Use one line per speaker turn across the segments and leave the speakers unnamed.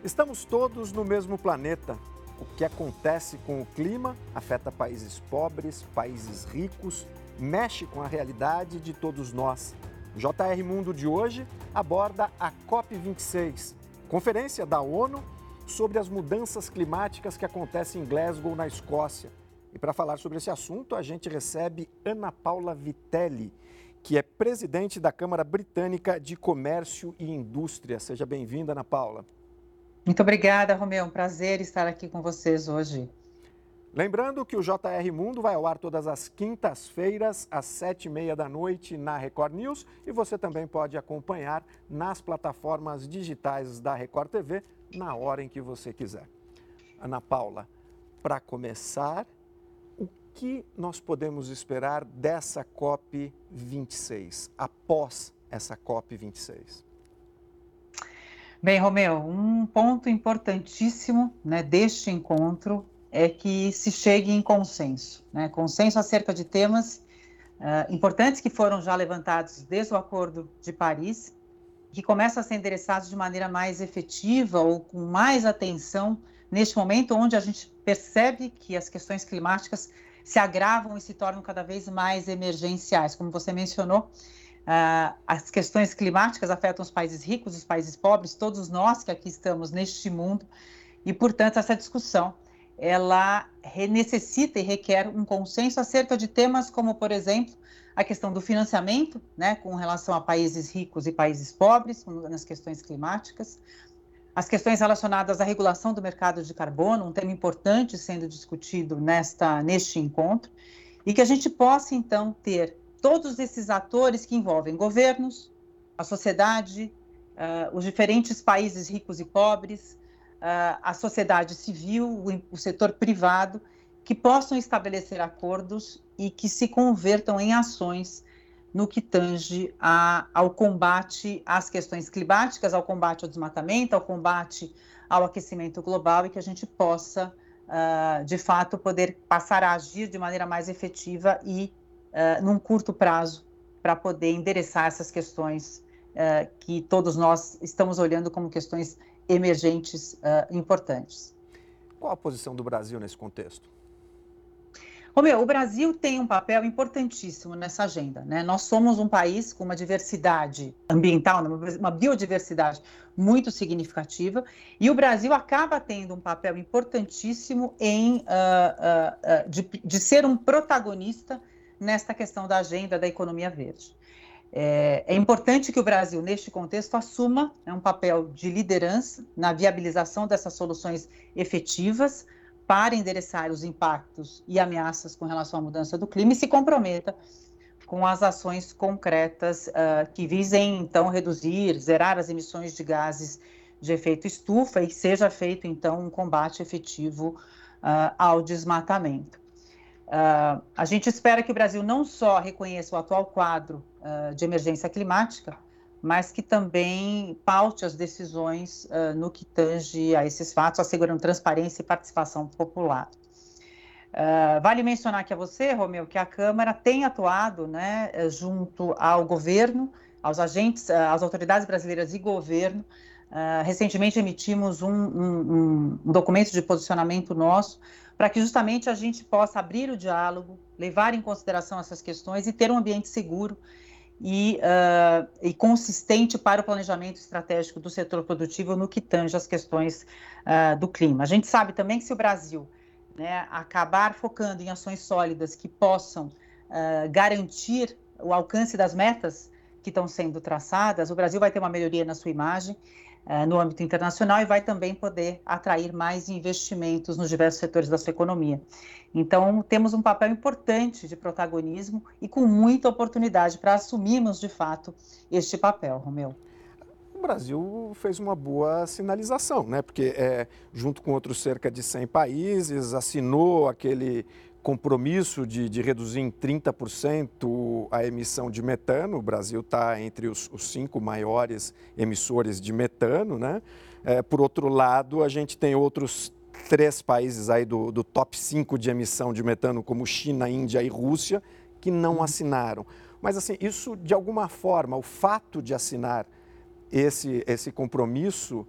Estamos todos no mesmo planeta. O que acontece com o clima afeta países pobres, países ricos, mexe com a realidade de todos nós. O JR Mundo de hoje aborda a COP26, conferência da ONU sobre as mudanças climáticas que acontecem em Glasgow, na Escócia. E para falar sobre esse assunto, a gente recebe Ana Paula Vitelli, que é presidente da Câmara Britânica de Comércio e Indústria. Seja bem-vinda, Ana Paula.
Muito obrigada, Romeu. É um prazer estar aqui com vocês hoje.
Lembrando que o JR Mundo vai ao ar todas as quintas-feiras, às 7h30 da noite, na Record News. E você também pode acompanhar nas plataformas digitais da Record TV, na hora em que você quiser. Ana Paula, para começar, o que nós podemos esperar dessa COP26, após essa COP26?
Bem, Romeu, um ponto importantíssimo, deste encontro é que se chegue em consenso, consenso acerca de temas importantes que foram já levantados desde o Acordo de Paris, que começam a ser endereçados de maneira mais efetiva ou com mais atenção neste momento onde a gente percebe que as questões climáticas se agravam e se tornam cada vez mais emergenciais. Como você mencionou, as questões climáticas afetam os países ricos, os países pobres, todos nós que aqui estamos neste mundo, e, portanto, essa discussão ela necessita e requer um consenso acerca de temas como, por exemplo, a questão do financiamento, com relação a países ricos e países pobres, nas questões climáticas, as questões relacionadas à regulação do mercado de carbono, um tema importante sendo discutido neste encontro, e que a gente possa, então, ter todos esses atores que envolvem governos, a sociedade, os diferentes países ricos e pobres, a sociedade civil, o setor privado, que possam estabelecer acordos e que se convertam em ações no que tange ao combate às questões climáticas, ao combate ao desmatamento, ao combate ao aquecimento global, e que a gente possa, de fato, poder passar a agir de maneira mais efetiva e num curto prazo, para poder endereçar essas questões que todos nós estamos olhando como questões emergentes importantes.
Qual a posição do Brasil nesse contexto?
Romeu, o Brasil tem um papel importantíssimo nessa agenda, Nós somos um país com uma diversidade ambiental, uma biodiversidade muito significativa, e o Brasil acaba tendo um papel importantíssimo de ser um protagonista nesta questão da agenda da economia verde. É importante que o Brasil, neste contexto, assuma um papel de liderança na viabilização dessas soluções efetivas para endereçar os impactos e ameaças com relação à mudança do clima e se comprometa com as ações concretas que visem, então, reduzir, zerar as emissões de gases de efeito estufa e seja feito, então, um combate efetivo ao desmatamento. A gente espera que o Brasil não só reconheça o atual quadro de emergência climática, mas que também paute as decisões no que tange a esses fatos, assegurando transparência e participação popular. Vale mencionar aqui a você, Romeu, que a Câmara tem atuado junto ao governo, aos agentes, às autoridades brasileiras e governo. Recentemente emitimos um documento de posicionamento nosso para que justamente a gente possa abrir o diálogo, levar em consideração essas questões e ter um ambiente seguro e consistente para o planejamento estratégico do setor produtivo no que tange as questões do clima. A gente sabe também que se o Brasil acabar focando em ações sólidas que possam garantir o alcance das metas que estão sendo traçadas, o Brasil vai ter uma melhoria na sua imagem no âmbito internacional e vai também poder atrair mais investimentos nos diversos setores da sua economia. Então, temos um papel importante de protagonismo e com muita oportunidade para assumirmos, de fato, este papel, Romeu.
O Brasil fez uma boa sinalização, Porque, junto com outros cerca de 100 países, assinou aquele compromisso de reduzir em 30% a emissão de metano. O Brasil está entre os 5 maiores emissores de metano, Por outro lado, a gente tem outros 3 países aí do top 5 de emissão de metano, como China, Índia e Rússia, que não assinaram. Mas, assim, isso, de alguma forma, o fato de assinar esse compromisso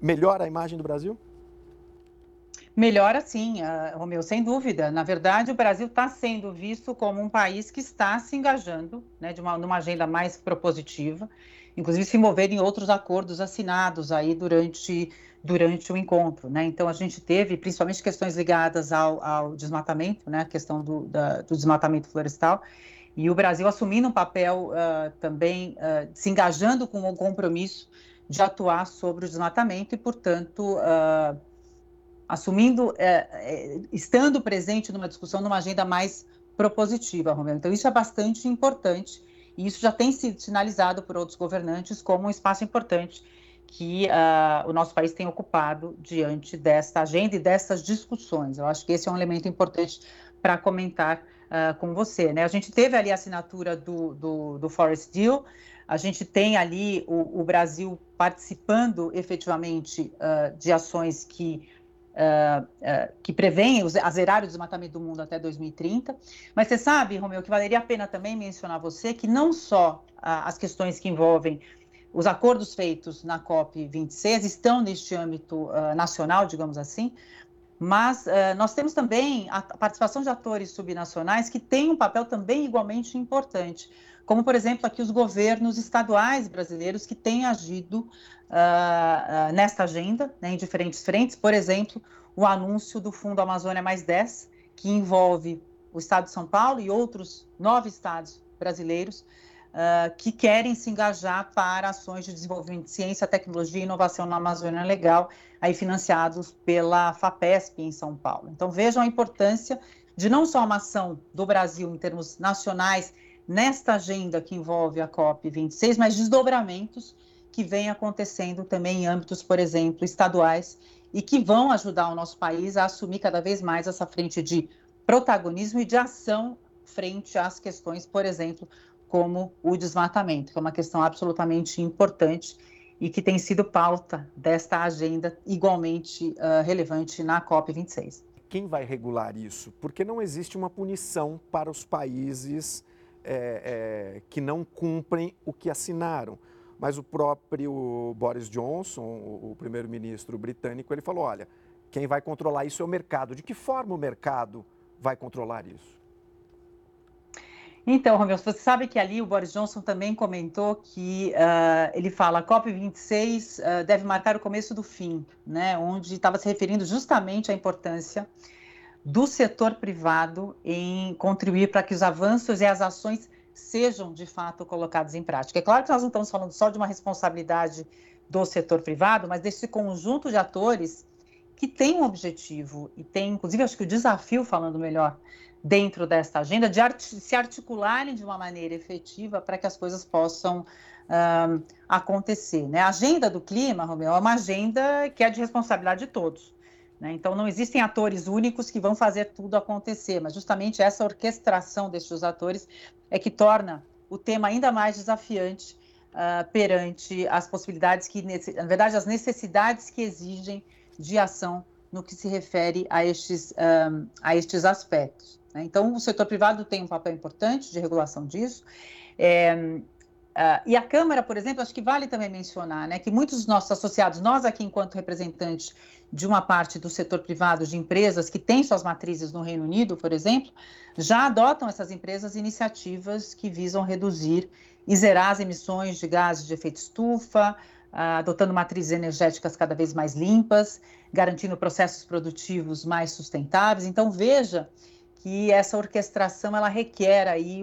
melhora a imagem do Brasil?
Melhora sim, Romeu, sem dúvida. Na verdade, o Brasil está sendo visto como um país que está se engajando, né, numa agenda mais propositiva, inclusive se envolver em outros acordos assinados aí durante o encontro, né? Então, a gente teve principalmente questões ligadas ao desmatamento, né, a questão do desmatamento florestal, e o Brasil assumindo um papel também, se engajando com o compromisso de atuar sobre o desmatamento e, portanto, assumindo, estando presente numa discussão, numa agenda mais propositiva, Romeu. Então, isso é bastante importante e isso já tem sido sinalizado por outros governantes como um espaço importante que o nosso país tem ocupado diante desta agenda e dessas discussões. Eu acho que esse é um elemento importante para comentar com você, né? A gente teve ali a assinatura do Forest Deal, a gente tem ali o Brasil participando efetivamente de ações que prevêem zerar o desmatamento do mundo até 2030. Mas você sabe, Romeu, que valeria a pena também mencionar você que não só as questões que envolvem os acordos feitos na COP26 estão neste âmbito nacional, digamos assim, mas nós temos também a participação de atores subnacionais que têm um papel também igualmente importante, como, por exemplo, aqui os governos estaduais brasileiros que têm agido nesta agenda, né, em diferentes frentes. Por exemplo, o anúncio do Fundo Amazônia Mais 10, que envolve o estado de São Paulo e outros 9 estados brasileiros que querem se engajar para ações de desenvolvimento de ciência, tecnologia e inovação na Amazônia Legal, aí financiados pela FAPESP em São Paulo. Então, vejam a importância de não só uma ação do Brasil em termos nacionais nesta agenda que envolve a COP26, mas desdobramentos que vêm acontecendo também em âmbitos, por exemplo, estaduais, e que vão ajudar o nosso país a assumir cada vez mais essa frente de protagonismo e de ação frente às questões, por exemplo, como o desmatamento, que é uma questão absolutamente importante e que tem sido pauta desta agenda igualmente relevante na COP26.
Quem vai regular isso? Porque não existe uma punição para os países que não cumprem o que assinaram. Mas o próprio Boris Johnson, o primeiro-ministro britânico, ele falou, olha, quem vai controlar isso é o mercado. De que forma o mercado vai controlar isso?
Então, Romeu, você sabe que ali o Boris Johnson também comentou que ele fala a COP26 deve marcar o começo do fim, né? Onde estava se referindo justamente à importância do setor privado em contribuir para que os avanços e as ações sejam, de fato, colocados em prática. É claro que nós não estamos falando só de uma responsabilidade do setor privado, mas desse conjunto de atores que tem um objetivo e tem, inclusive, acho que o desafio, falando melhor, dentro desta agenda, de se articularem de uma maneira efetiva para que as coisas possam acontecer, né? A agenda do clima, Romeu, é uma agenda que é de responsabilidade de todos, né? Então, não existem atores únicos que vão fazer tudo acontecer, mas justamente essa orquestração desses atores é que torna o tema ainda mais desafiante perante as possibilidades que, na verdade, as necessidades que exigem de ação no que se refere a estes aspectos, né? Então, o setor privado tem um papel importante de regulação disso. E a Câmara, por exemplo, acho que vale também mencionar, né, que muitos dos nossos associados, nós aqui enquanto representantes de uma parte do setor privado, de empresas que têm suas matrizes no Reino Unido, por exemplo, já adotam essas empresas iniciativas que visam reduzir e zerar as emissões de gases de efeito estufa, adotando matrizes energéticas cada vez mais limpas, garantindo processos produtivos mais sustentáveis. Então, veja que essa orquestração ela requer aí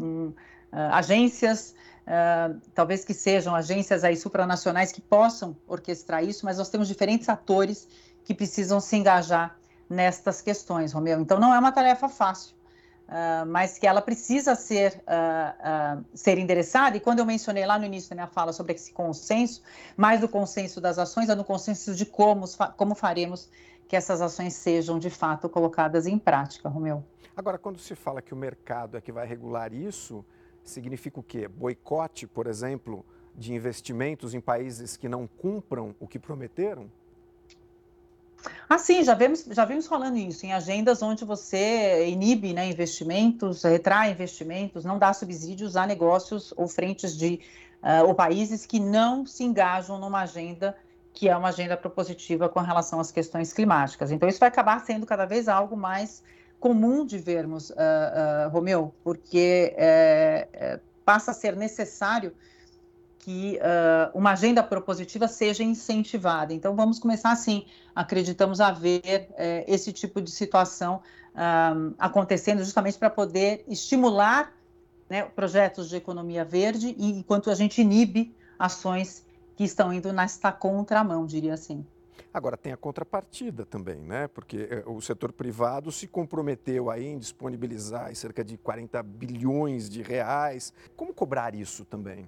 agências, talvez que sejam agências aí supranacionais que possam orquestrar isso, mas nós temos diferentes atores que precisam se engajar nestas questões, Romeu. Então, não é uma tarefa fácil, mas que ela precisa ser endereçada. E quando eu mencionei lá no início da minha fala sobre esse consenso, mais do consenso das ações, é no consenso de como faremos que essas ações sejam, de fato, colocadas em prática, Romeu.
Agora, quando se fala que o mercado é que vai regular isso, significa o quê? Boicote, por exemplo, de investimentos em países que não cumpram o que prometeram?
Sim, já vimos falando isso em agendas onde você inibe, né, investimentos, retrai investimentos, não dá subsídios a negócios ou frentes ou países que não se engajam numa agenda que é uma agenda propositiva com relação às questões climáticas. Então, isso vai acabar sendo cada vez algo mais comum de vermos, Romeu, porque passa a ser necessário que uma agenda propositiva seja incentivada. Então, vamos começar assim, acreditamos a ver esse tipo de situação acontecendo justamente para poder estimular, né, projetos de economia verde, enquanto a gente inibe ações que estão indo nesta contramão, diria assim.
Agora, tem a contrapartida também, né? Porque o setor privado se comprometeu aí em disponibilizar cerca de 40 bilhões de reais. Como cobrar isso também?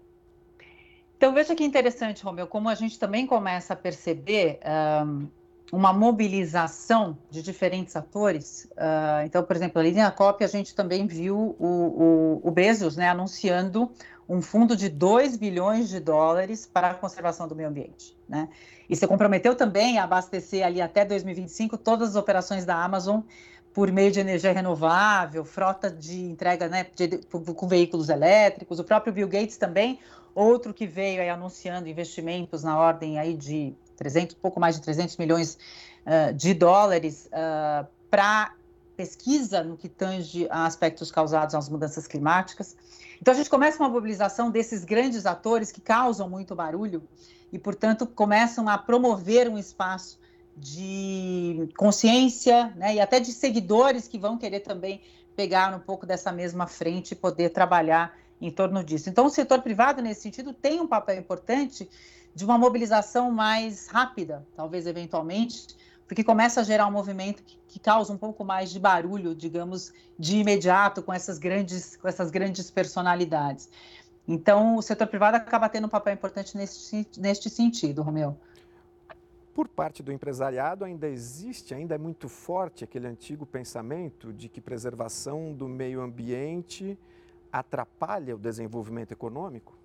Então, veja que interessante, Romeu, como a gente também começa a perceber uma mobilização de diferentes atores. Então, por exemplo, ali na COP a gente também viu o Bezos, né, anunciando um fundo de 2 bilhões de dólares para a conservação do meio ambiente, né? E se comprometeu também a abastecer ali até 2025 todas as operações da Amazon por meio de energia renovável, frota de entrega, né, com veículos elétricos. O próprio Bill Gates também, outro que veio aí anunciando investimentos na ordem aí de pouco mais de 300 milhões de dólares para pesquisa no que tange a aspectos causados às mudanças climáticas. Então, a gente começa uma mobilização desses grandes atores que causam muito barulho e, portanto, começam a promover um espaço de consciência, né, e até de seguidores que vão querer também pegar um pouco dessa mesma frente e poder trabalhar em torno disso. Então, o setor privado, nesse sentido, tem um papel importante de uma mobilização mais rápida, talvez eventualmente, porque começa a gerar um movimento que causa um pouco mais de barulho, digamos, de imediato com essas grandes personalidades. Então, o setor privado acaba tendo um papel importante neste sentido, Romeu.
Por parte do empresariado, ainda é muito forte aquele antigo pensamento de que preservação do meio ambiente atrapalha o desenvolvimento econômico?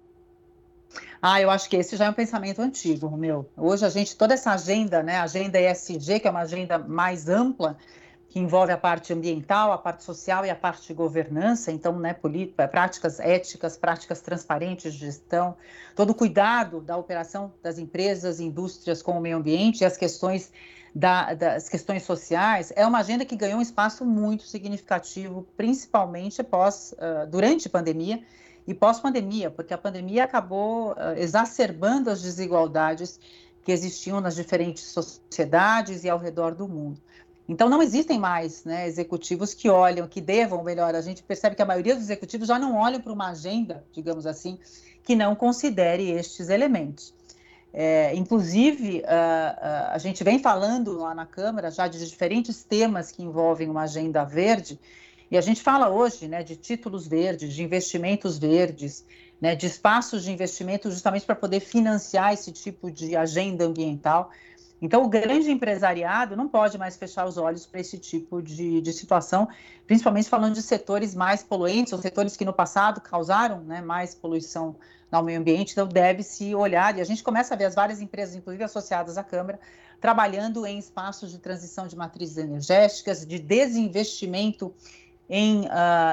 Eu acho que esse já é um pensamento antigo, Romeu. Hoje toda essa agenda, né, a agenda ESG, que é uma agenda mais ampla, que envolve a parte ambiental, a parte social e a parte de governança, então, né, práticas éticas, práticas transparentes de gestão, todo o cuidado da operação das empresas e indústrias com o meio ambiente e as questões das questões sociais, é uma agenda que ganhou um espaço muito significativo, principalmente durante a pandemia e pós-pandemia, porque a pandemia acabou exacerbando as desigualdades que existiam nas diferentes sociedades e ao redor do mundo. Então, não existem mais, né, executivos que olham, que devam, melhor, a gente percebe que a maioria dos executivos já não olham para uma agenda, digamos assim, que não considere estes elementos. Inclusive, a gente vem falando lá na Câmara já de diferentes temas que envolvem uma agenda verde, e a gente fala hoje, né, de títulos verdes, de investimentos verdes, né, de espaços de investimento justamente para poder financiar esse tipo de agenda ambiental. Então, o grande empresariado não pode mais fechar os olhos para esse tipo de situação, principalmente falando de setores mais poluentes, ou setores que no passado causaram, né, mais poluição no meio ambiente, então deve-se olhar, e a gente começa a ver as várias empresas, inclusive associadas à Câmara, trabalhando em espaços de transição de matrizes energéticas, de desinvestimento em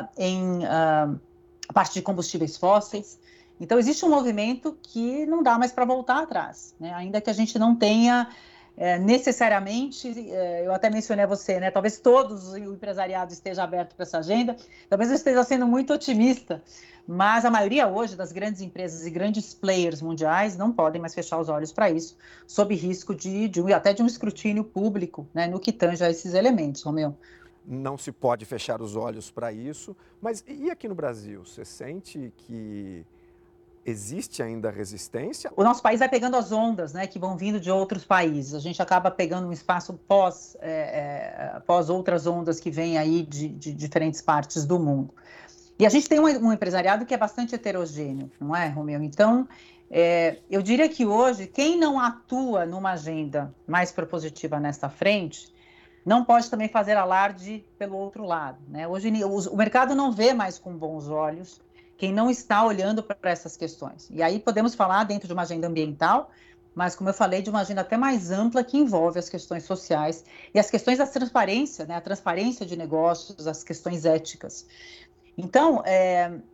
a parte de combustíveis fósseis. Então, existe um movimento que não dá mais para voltar atrás, né? Ainda que a gente não tenha necessariamente, eu até mencionei a você, né? Talvez todos o empresariado esteja aberto para essa agenda, talvez eu esteja sendo muito otimista, mas a maioria hoje das grandes empresas e grandes players mundiais não podem mais fechar os olhos para isso, sob risco até de um escrutínio público, né, no que tange a esses elementos, Romeu.
Não se pode fechar os olhos para isso, mas e aqui no Brasil? Você sente que existe ainda resistência?
O nosso país vai pegando as ondas, né, que vão vindo de outros países. A gente acaba pegando um espaço pós outras ondas que vêm aí de diferentes partes do mundo. E a gente tem um empresariado que é bastante heterogêneo, não é, Romeu? Então, eu diria que hoje, quem não atua numa agenda mais propositiva nesta frente, não pode também fazer alarde pelo outro lado, né? Hoje o mercado não vê mais com bons olhos quem não está olhando para essas questões. E aí podemos falar dentro de uma agenda ambiental, mas como eu falei, de uma agenda até mais ampla que envolve as questões sociais e as questões da transparência, né? A transparência de negócios, as questões éticas. Então,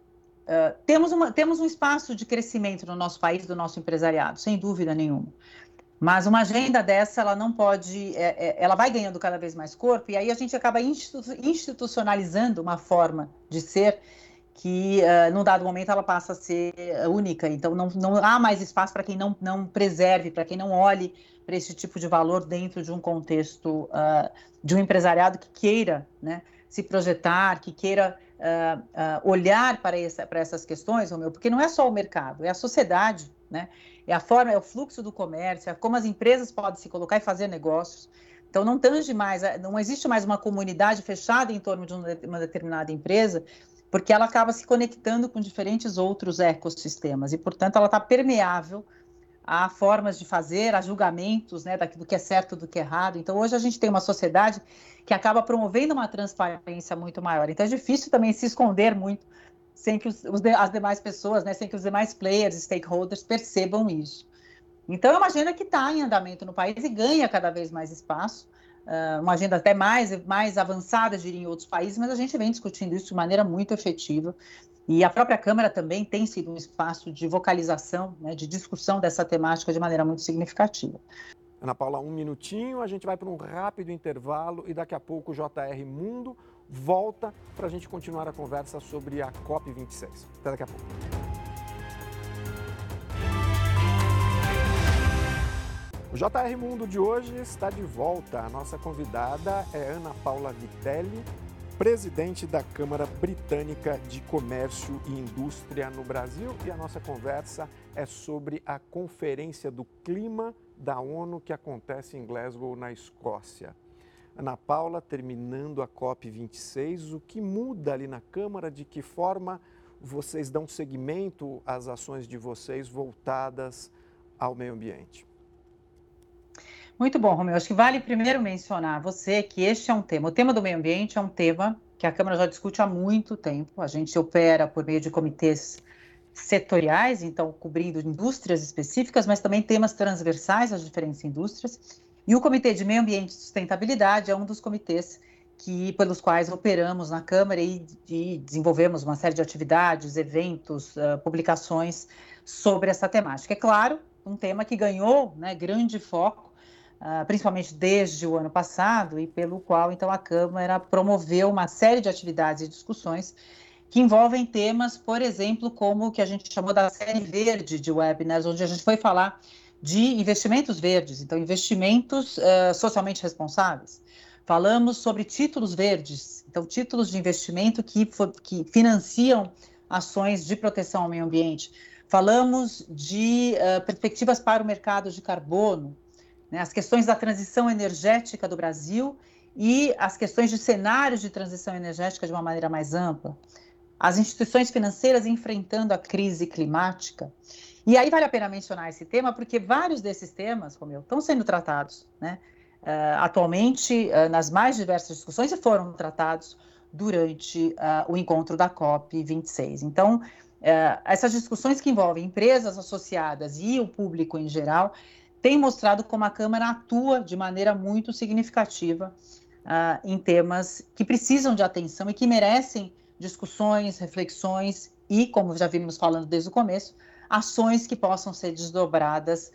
temos um espaço de crescimento no nosso país, do nosso empresariado, sem dúvida nenhuma. Mas uma agenda dessa, ela não pode, ela vai ganhando cada vez mais corpo, e aí a gente acaba institucionalizando uma forma de ser que, num dado momento, ela passa a ser única. Então, não há mais espaço para quem não preserve, para quem não olhe para esse tipo de valor dentro de um contexto de um empresariado que queira, né, se projetar, que queira olhar para essas questões, Romeu, porque não é só o mercado, é a sociedade, né? É a forma, é o fluxo do comércio, é como as empresas podem se colocar e fazer negócios. Então, não existe mais uma comunidade fechada em torno de uma determinada empresa, porque ela acaba se conectando com diferentes outros ecossistemas e, portanto, ela está permeável a formas de fazer, a julgamentos, né, do que é certo, do que é errado. Então, hoje a gente tem uma sociedade que acaba promovendo uma transparência muito maior. Então, é difícil também se esconder muito sem que as demais pessoas, né, sem que os demais players, stakeholders percebam isso. Então, é uma agenda que está em andamento no país e ganha cada vez mais espaço, uma agenda até mais avançada, diria, em outros países, mas a gente vem discutindo isso de maneira muito efetiva. E a própria Câmara também tem sido um espaço de vocalização, né, de discussão dessa temática de maneira muito significativa.
Ana Paula, um minutinho, a gente vai para um rápido intervalo e daqui a pouco o JR Mundo volta para a gente continuar a conversa sobre a COP26. Até daqui a pouco. O JR Mundo de hoje está de volta. A nossa convidada é Ana Paula Vitelli, presidente da Câmara Britânica de Comércio e Indústria no Brasil. E a nossa conversa é sobre a Conferência do Clima da ONU que acontece em Glasgow, na Escócia. Ana Paula, terminando a COP26, o que muda ali na Câmara? De que forma vocês dão seguimento às ações de vocês voltadas ao meio ambiente?
Muito bom, Romeu. Acho que vale primeiro mencionar você que este é um tema. O tema do meio ambiente é um tema que a Câmara já discute há muito tempo. A gente opera por meio de comitês setoriais, então cobrindo indústrias específicas, mas também temas transversais às diferentes indústrias. E o Comitê de Meio Ambiente e Sustentabilidade é um dos comitês pelos quais operamos na Câmara e desenvolvemos uma série de atividades, eventos, publicações sobre essa temática. É claro, um tema que ganhou, né, grande foco, principalmente desde o ano passado, e pelo qual, então, a Câmara promoveu uma série de atividades e discussões que envolvem temas, por exemplo, como o que a gente chamou da série verde de webinars, onde a gente foi falar de investimentos verdes, então, investimentos socialmente responsáveis. Falamos sobre títulos verdes, então, títulos de investimento que financiam ações de proteção ao meio ambiente. Falamos de perspectivas para o mercado de carbono, né, as questões da transição energética do Brasil e as questões de cenários de transição energética de uma maneira mais ampla, as instituições financeiras enfrentando a crise climática. E aí vale a pena mencionar esse tema, porque vários desses temas, Romeu, estão sendo tratados, né, atualmente nas mais diversas discussões e foram tratados durante o encontro da COP26. Então, essas discussões que envolvem empresas associadas e o público em geral tem mostrado como a Câmara atua de maneira muito significativa em temas que precisam de atenção e que merecem discussões, reflexões e, como já vimos falando desde o começo, ações que possam ser desdobradas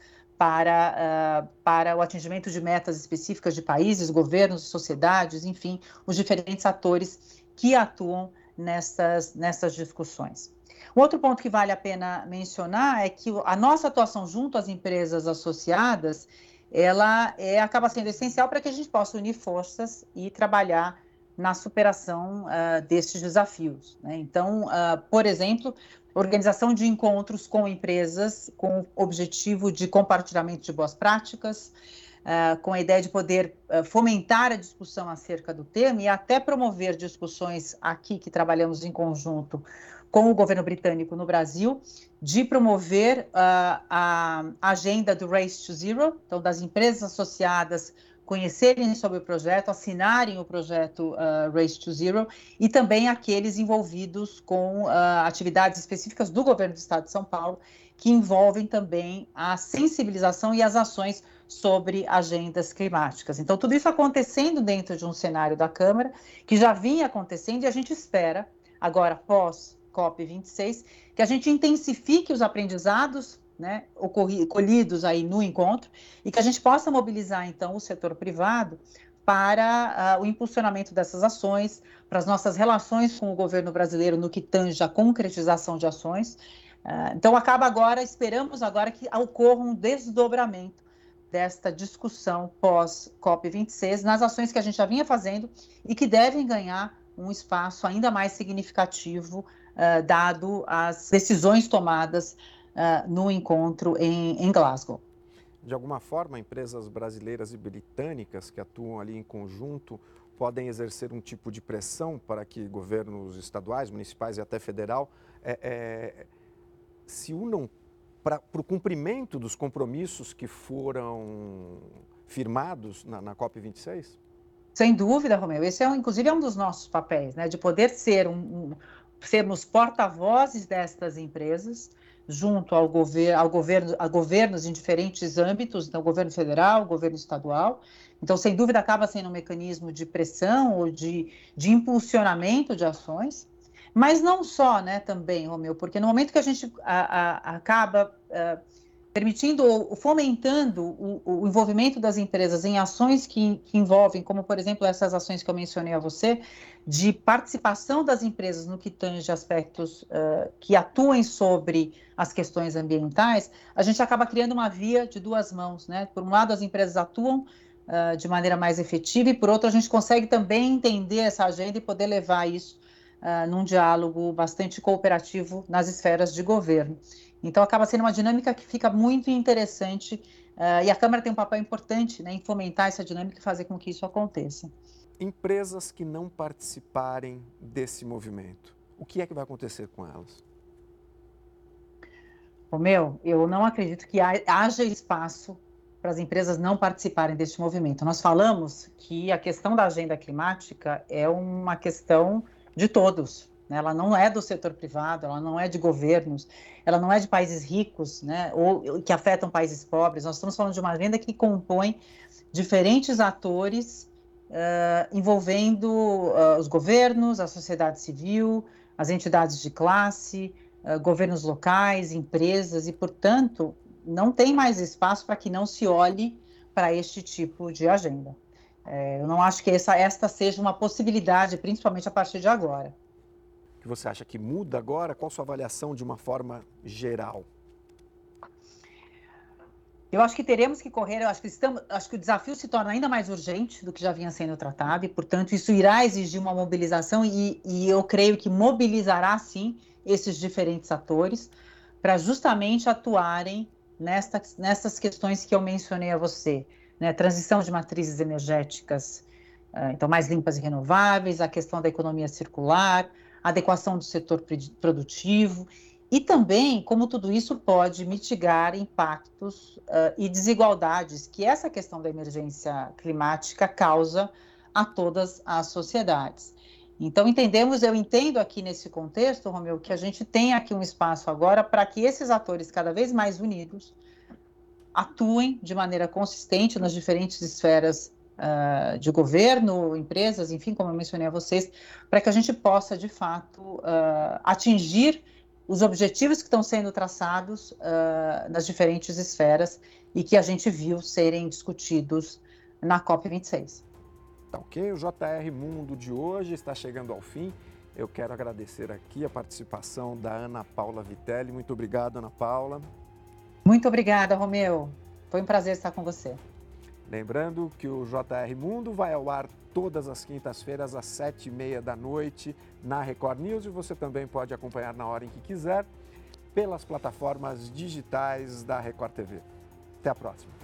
para o atingimento de metas específicas de países, governos, sociedades, enfim, os diferentes atores que atuam nessas discussões. Um outro ponto que vale a pena mencionar é que a nossa atuação junto às empresas associadas, ela acaba sendo essencial para que a gente possa unir forças e trabalhar na superação destes desafios, né? Então, por exemplo, organização de encontros com empresas com o objetivo de compartilhamento de boas práticas, com a ideia de poder fomentar a discussão acerca do tema e até promover discussões aqui que trabalhamos em conjunto com o governo britânico no Brasil, de promover a agenda do Race to Zero, então das empresas associadas conhecerem sobre o projeto, assinarem o projeto Race to Zero, e também aqueles envolvidos com atividades específicas do governo do Estado de São Paulo, que envolvem também a sensibilização e as ações sobre agendas climáticas. Então, tudo isso acontecendo dentro de um cenário da Câmara, que já vinha acontecendo, e a gente espera, agora, após COP26, que a gente intensifique os aprendizados, né, colhidos aí no encontro, e que a gente possa mobilizar, então, o setor privado para o impulsionamento dessas ações, para as nossas relações com o governo brasileiro no que tange a concretização de ações. Então, esperamos agora que ocorra um desdobramento desta discussão pós-COP26 nas ações que a gente já vinha fazendo e que devem ganhar um espaço ainda mais significativo, dado as decisões tomadas no encontro em Glasgow.
De alguma forma, empresas brasileiras e britânicas que atuam ali em conjunto podem exercer um tipo de pressão para que governos estaduais, municipais e até federal se unam para o cumprimento dos compromissos que foram firmados na COP26?
Sem dúvida, Romeu. Esse inclusive, é um dos nossos papéis, né? De poder sermos porta-vozes destas empresas, junto a governos em diferentes âmbitos, então, governo federal, governo estadual. Então, sem dúvida, acaba sendo um mecanismo de pressão ou de impulsionamento de ações. Mas não só, né, também, Romeu, porque no momento que a gente acaba permitindo ou fomentando o envolvimento das empresas em ações que envolvem, como, por exemplo, essas ações que eu mencionei a você, de participação das empresas no que tange aspectos que atuem sobre as questões ambientais, a gente acaba criando uma via de duas mãos, né? Por um lado, as empresas atuam de maneira mais efetiva e, por outro, a gente consegue também entender essa agenda e poder levar isso num diálogo bastante cooperativo nas esferas de governo. Então, acaba sendo uma dinâmica que fica muito interessante e a Câmara tem um papel importante, né, em fomentar essa dinâmica e fazer com que isso aconteça.
Empresas que não participarem desse movimento, o que é que vai acontecer com elas?
Romeu, eu não acredito que haja espaço para as empresas não participarem deste movimento. Nós falamos que a questão da agenda climática é uma questão de todos, né? Ela não é do setor privado, ela não é de governos, ela não é de países ricos, né? Ou que afetam países pobres. Nós estamos falando de uma agenda que compõe diferentes atores envolvendo os governos, a sociedade civil, as entidades de classe, governos locais, empresas, e, portanto, não tem mais espaço para que não se olhe para este tipo de agenda. Eu não acho que esta seja uma possibilidade, principalmente a partir de agora.
O que você acha que muda agora? Qual a sua avaliação de uma forma geral?
Eu acho que teremos que correr, acho que o desafio se torna ainda mais urgente do que já vinha sendo tratado e, portanto, isso irá exigir uma mobilização e eu creio que mobilizará, sim, esses diferentes atores para justamente atuarem nessas questões que eu mencionei a você, né? Transição de matrizes energéticas, então, mais limpas e renováveis, a questão da economia circular, adequação do setor produtivo e também como tudo isso pode mitigar impactos e desigualdades que essa questão da emergência climática causa a todas as sociedades. Então, eu entendo aqui nesse contexto, Romeu, que a gente tem aqui um espaço agora para que esses atores cada vez mais unidos atuem de maneira consistente nas diferentes esferas de governo, empresas, enfim, como eu mencionei a vocês, para que a gente possa, de fato, atingir os objetivos que estão sendo traçados nas diferentes esferas e que a gente viu serem discutidos na COP26.
Tá ok? O JR Mundo de hoje está chegando ao fim. Eu quero agradecer aqui a participação da Ana Paula Vitelli. Muito obrigado, Ana Paula.
Muito obrigada, Romeu. Foi um prazer estar com você.
Lembrando que o JR Mundo vai ao ar todas as quintas-feiras às 7h30 da noite na Record News e você também pode acompanhar na hora em que quiser pelas plataformas digitais da Record TV. Até a próxima.